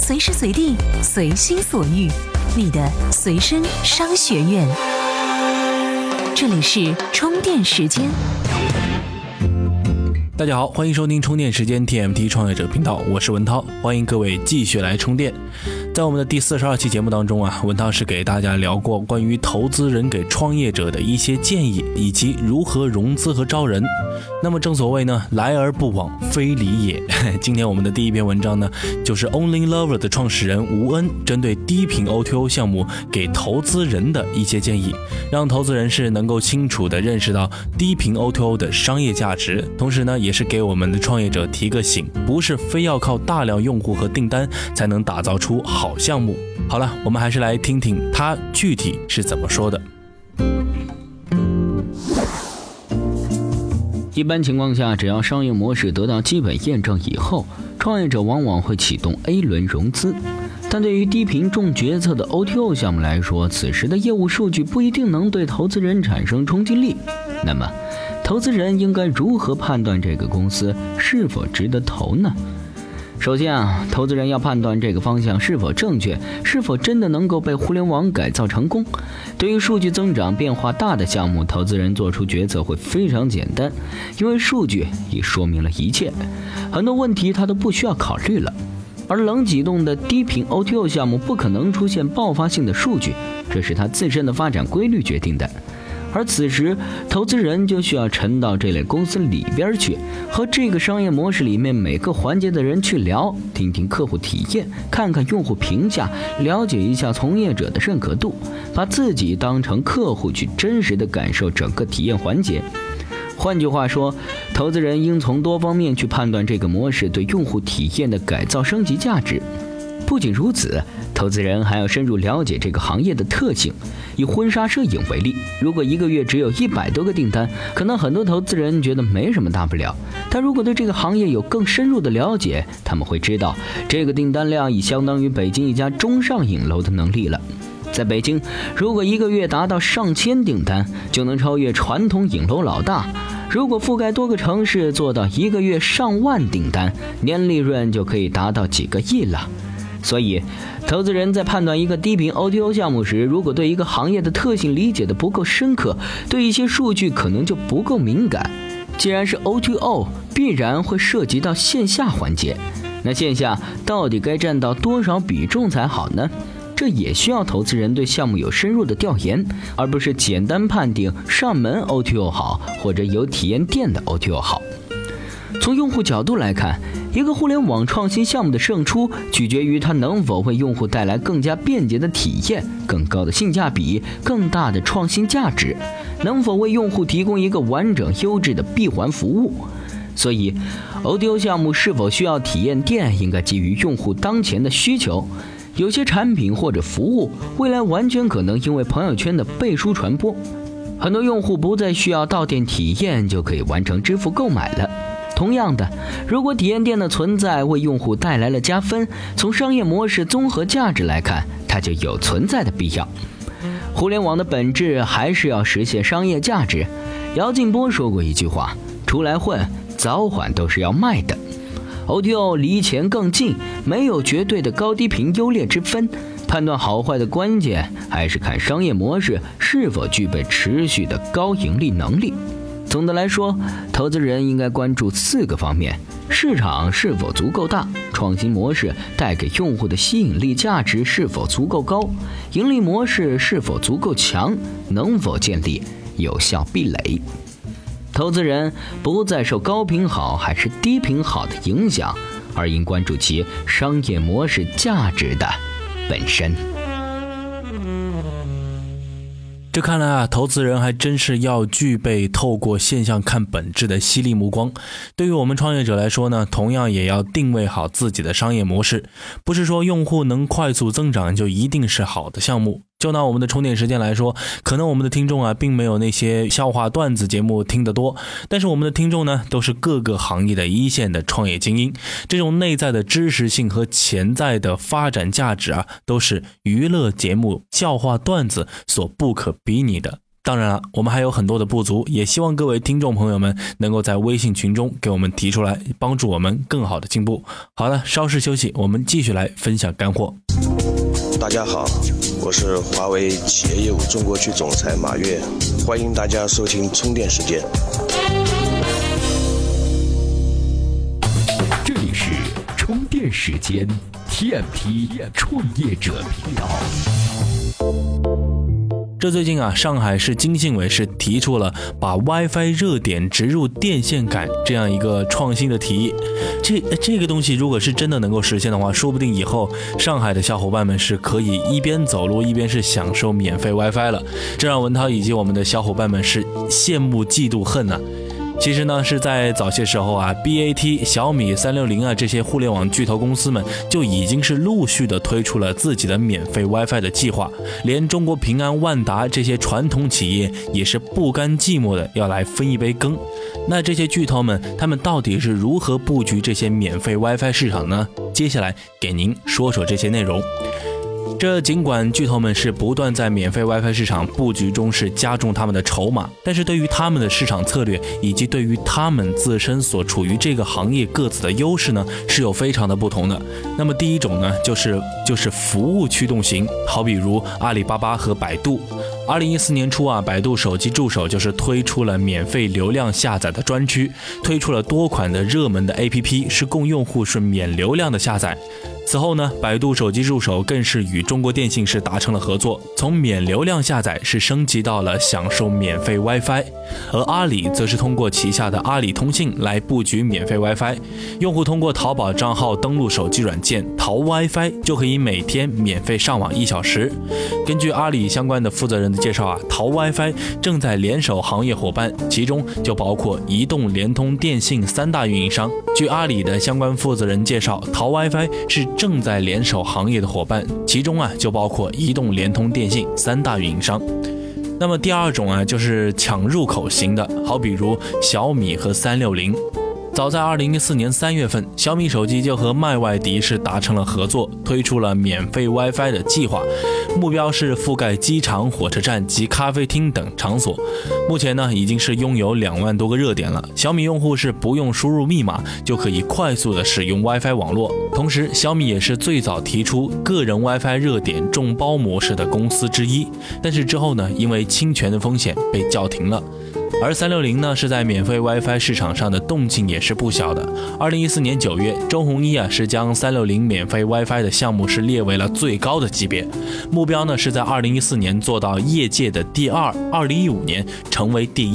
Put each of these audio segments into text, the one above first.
随时随地，随心所欲，你的随身商学院。这里是充电时间。 大家好，欢迎收听充电时间 TMT 创业者频道，我是文涛，欢迎各位继续来充电。在我们的第42期节目当中文涛是给大家聊过关于投资人给创业者的一些建议，以及如何融资和招人。那么正所谓呢，来而不往非礼也。今天我们的第一篇文章呢，就是 Only Lover 的创始人吴恩针对低频 O2O 项目给投资人的一些建议，让投资人是能够清楚地认识到低频 O2O 的商业价值，同时呢，也是给我们的创业者提个醒，不是非要靠大量用户和订单才能打造出好项目。好了，我们还是来听听他具体是怎么说的。 一般情况下，只要商业模式得到基本验证以后，创业者往往会启动 A 轮融资。但对于低频重决策的 O2O 项目来说，此时的业务数据不一定能对投资人产生冲击力。那么，投资人应该如何判断这个公司是否值得投呢？首先投资人要判断这个方向是否正确，是否真的能够被互联网改造成功。对于数据增长变化大的项目，投资人做出决策会非常简单，因为数据已说明了一切，很多问题他都不需要考虑了。而冷启动的低频 O2O 项目不可能出现爆发性的数据，这是它自身的发展规律决定的。而此时投资人就需要沉到这类公司里边去，和这个商业模式里面每个环节的人去聊，听听客户体验，看看用户评价，了解一下从业者的认可度，把自己当成客户去真实的感受整个体验环节。换句话说，投资人应从多方面去判断这个模式对用户体验的改造升级价值。不仅如此，投资人还要深入了解这个行业的特性。以婚纱摄影为例，如果一个月只有100多个订单，可能很多投资人觉得没什么大不了。但如果对这个行业有更深入的了解，他们会知道这个订单量已相当于北京一家中上影楼的能力了。在北京，如果一个月达到上千订单，就能超越传统影楼老大。如果覆盖多个城市，做到一个月上万订单，年利润就可以达到几个亿了。所以投资人在判断一个低频 O2O 项目时，如果对一个行业的特性理解的不够深刻，对一些数据可能就不够敏感。既然是 O2O， 必然会涉及到线下环节，那线下到底该占到多少比重才好呢？这也需要投资人对项目有深入的调研，而不是简单判定上门 O2O 好，或者有体验店的 O2O 好。从用户角度来看，一个互联网创新项目的胜出取决于它能否为用户带来更加便捷的体验、更高的性价比、更大的创新价值，能否为用户提供一个完整优质的闭环服务。所以 O2O 项目是否需要体验店，应该基于用户当前的需求。有些产品或者服务未来完全可能因为朋友圈的背书传播，很多用户不再需要到店体验就可以完成支付购买了。同样的，如果体验店的存在为用户带来了加分，从商业模式综合价值来看，它就有存在的必要。互联网的本质还是要实现商业价值。姚劲波说过一句话，出来混早晚都是要卖的。O2O 离钱更近，没有绝对的高低频优劣之分，判断好坏的关键还是看商业模式是否具备持续的高盈利能力。总的来说，投资人应该关注4个方面：市场是否足够大，创新模式带给用户的吸引力价值是否足够高，盈利模式是否足够强，能否建立有效壁垒。投资人不再受高频好还是低频好的影响，而应关注其商业模式价值的本身。 这看来投资人还真是要具备透过现象看本质的犀利目光。对于我们创业者来说呢，同样也要定位好自己的商业模式，不是说用户能快速增长就一定是好的项目。就拿我们的充电时间来说，可能我们的听众并没有那些笑话段子节目听得多，但是我们的听众呢，都是各个行业的一线的创业精英，这种内在的知识性和潜在的发展价值都是娱乐节目笑话段子所不可比拟的。 当然了，我们还有很多的不足，也希望各位听众朋友们能够在微信群中给我们提出来，帮助我们更好的进步。好了，稍事休息，我们继续来分享干货。 大家好，我是华为企业业务中国区总裁马跃，欢迎大家收听充电时间。 这里是充电时间 TMT 创业者频道。 这最近啊，上海市经信委是提出了把 WiFi 热点植入电线杆这样一个创新的提议。这个东西如果是真的能够实现的话，说不定以后上海的小伙伴们是可以一边走路一边是享受免费 WiFi 了，这让文涛以及我们的小伙伴们是羡慕嫉妒恨啊。其实呢，是在早些时候啊 ，BAT、小米、360啊这些互联网巨头公司们就已经是陆续的推出了自己的免费 WiFi 的计划，连中国平安、万达这些传统企业也是不甘寂寞的要来分一杯羹。那这些巨头们，他们到底是如何布局这些免费 WiFi 市场呢？接下来给您说说这些内容。这尽管巨头们是不断在免费 WiFi 市场布局中是加重他们的筹码，但是对于他们的市场策略以及对于他们自身所处于这个行业各自的优势呢，是有非常的不同的。那么第一种呢，就是服务驱动型，好比如阿里巴巴和百度。2014年初啊，百度手机助手就是推出了免费流量下载的专区，推出了多款的热门的 APP， 是供用户是免流量的下载。此后呢，百度手机助手更是与中国电信是达成了合作，从免流量下载是升级到了享受免费 WiFi， 而阿里则是通过旗下的阿里通信来布局免费 WiFi， 用户通过淘宝账号登录手机软件淘 WiFi 就可以每天免费上网1小时。根据阿里相关的负责人的介绍啊，淘 WiFi 正在联手行业伙伴，其中就包括移动、联通、电信3大运营商。据阿里的相关负责人介绍，淘 WiFi 是正在联手行业的伙伴，其中啊就包括移动、联通、电信3大运营商。那么第二种啊，就是抢入口型的，好比如小米和360。早在2014年3月份，小米手机就和麦外迪是达成了合作，推出了免费 WiFi 的计划，目标是覆盖机场、火车站及咖啡厅等场所。目前呢，已经是拥有2万多个热点了。小米用户是不用输入密码就可以快速的使用 WiFi 网络。同时，小米也是最早提出个人 WiFi 热点众包模式的公司之一，但是之后呢，因为侵权的风险被叫停了。而360呢，是在免费 WiFi 市场上的动静也是不小的。2014年9月，周鸿祎是将360免费 WiFi 的项目是列为了最高的级别，目标呢是在2014年做到业界的第2 ，2015年成为第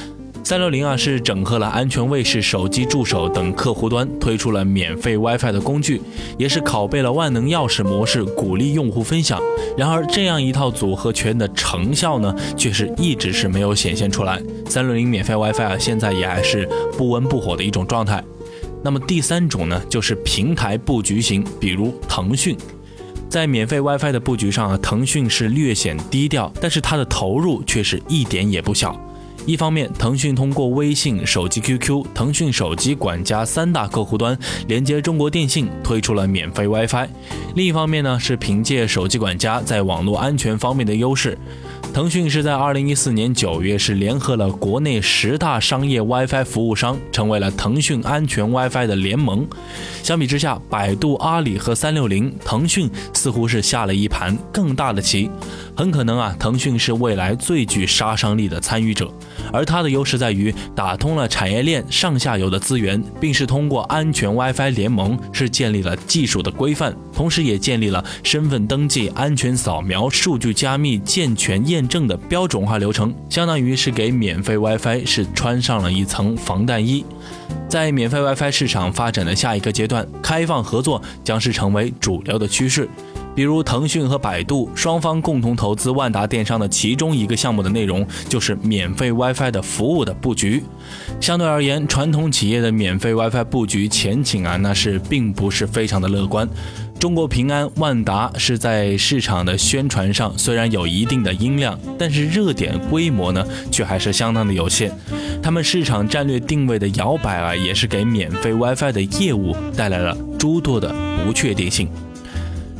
1。360是整合了安全卫士、手机助手等客户端，推出了免费 WiFi 的工具，也是拷贝了万能钥匙模式，鼓励用户分享。然而这样一套组合拳的成效呢，却是一直是没有显现出来。360免费 WiFi 现在也还是不温不火的一种状态。那么第三种呢，就是平台布局型，比如腾讯。在免费 WiFi 的布局上啊，腾讯是略显低调，但是它的投入却是一点也不小。一方面，腾讯通过微信、手机 QQ、腾讯手机管家3大客户端连接中国电信，推出了免费 WiFi。另一方面呢，是凭借手机管家在网络安全方面的优势，腾讯是在2014年9月是联合了国内10大商业 WiFi 服务商，成为了腾讯安全 WiFi 的联盟。相比之下，百度、阿里和360，腾讯似乎是下了一盘更大的棋，很可能啊，腾讯是未来最具杀伤力的参与者。而它的优势在于打通了产业链上下游的资源，并是通过安全 WiFi 联盟是建立了技术的规范，同时也建立了身份登记、安全扫描、数据加密、健全验证的标准化流程，相当于是给免费 WiFi 是穿上了一层防弹衣。在免费 WiFi 市场发展的下一个阶段，开放合作将是成为主流的趋势。比如腾讯和百度双方共同投资万达电商的其中一个项目的内容就是免费 WiFi 的服务的布局。相对而言，传统企业的免费 WiFi 布局前景啊，那是并不是非常的乐观。中国平安、万达是在市场的宣传上虽然有一定的音量，但是热点规模呢却还是相当的有限。他们市场战略定位的摇摆啊，也是给免费 WiFi 的业务带来了诸多的不确定性。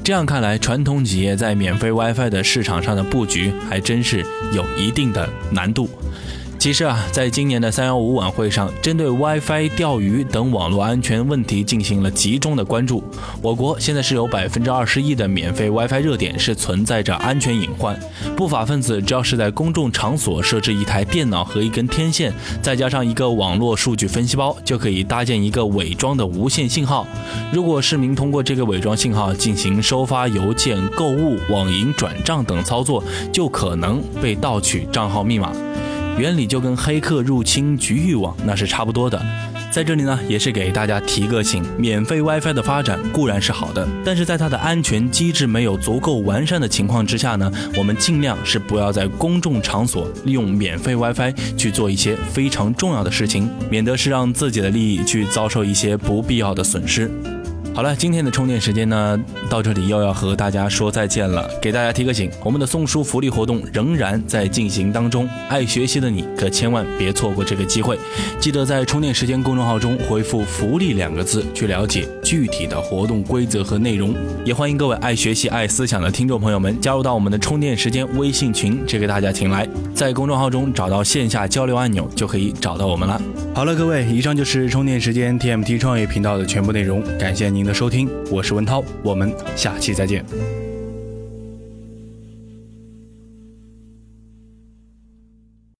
这样看来，传统企业在免费 WiFi 的市场上的布局还真是有一定的难度。其实在今年的315晚会上，针对 WiFi、钓鱼等网络安全问题进行了集中的关注。我国现在是有21%的免费 WiFi 热点是存在着安全隐患，不法分子只要是在公众场所设置一台电脑和一根天线，再加上一个网络数据分析包，就可以搭建一个伪装的无线信号。如果市民通过这个伪装信号进行收发邮件、购物、网银转账等操作，就可能被盗取账号密码。原理就跟黑客入侵局域网那是差不多的。在这里呢，也是给大家提个醒，免费 WiFi 的发展固然是好的，但是在它的安全机制没有足够完善的情况之下呢，我们尽量是不要在公众场所利用免费 WiFi 去做一些非常重要的事情，免得是让自己的利益去遭受一些不必要的损失。好了，今天的充电时间呢，到这里又要和大家说再见了。给大家提个醒，我们的送书福利活动仍然在进行当中，爱学习的你可千万别错过这个机会。记得在充电时间公众号中回复福利2个字，去了解具体的活动规则和内容。也欢迎各位爱学习爱思想的听众朋友们加入到我们的充电时间微信群，这个大家请来，在公众号中找到线下交流按钮就可以找到我们了。好了，各位，以上就是充电时间 TMT 创业频道的全部内容，感谢您的收听，我是文涛，我们下期再见。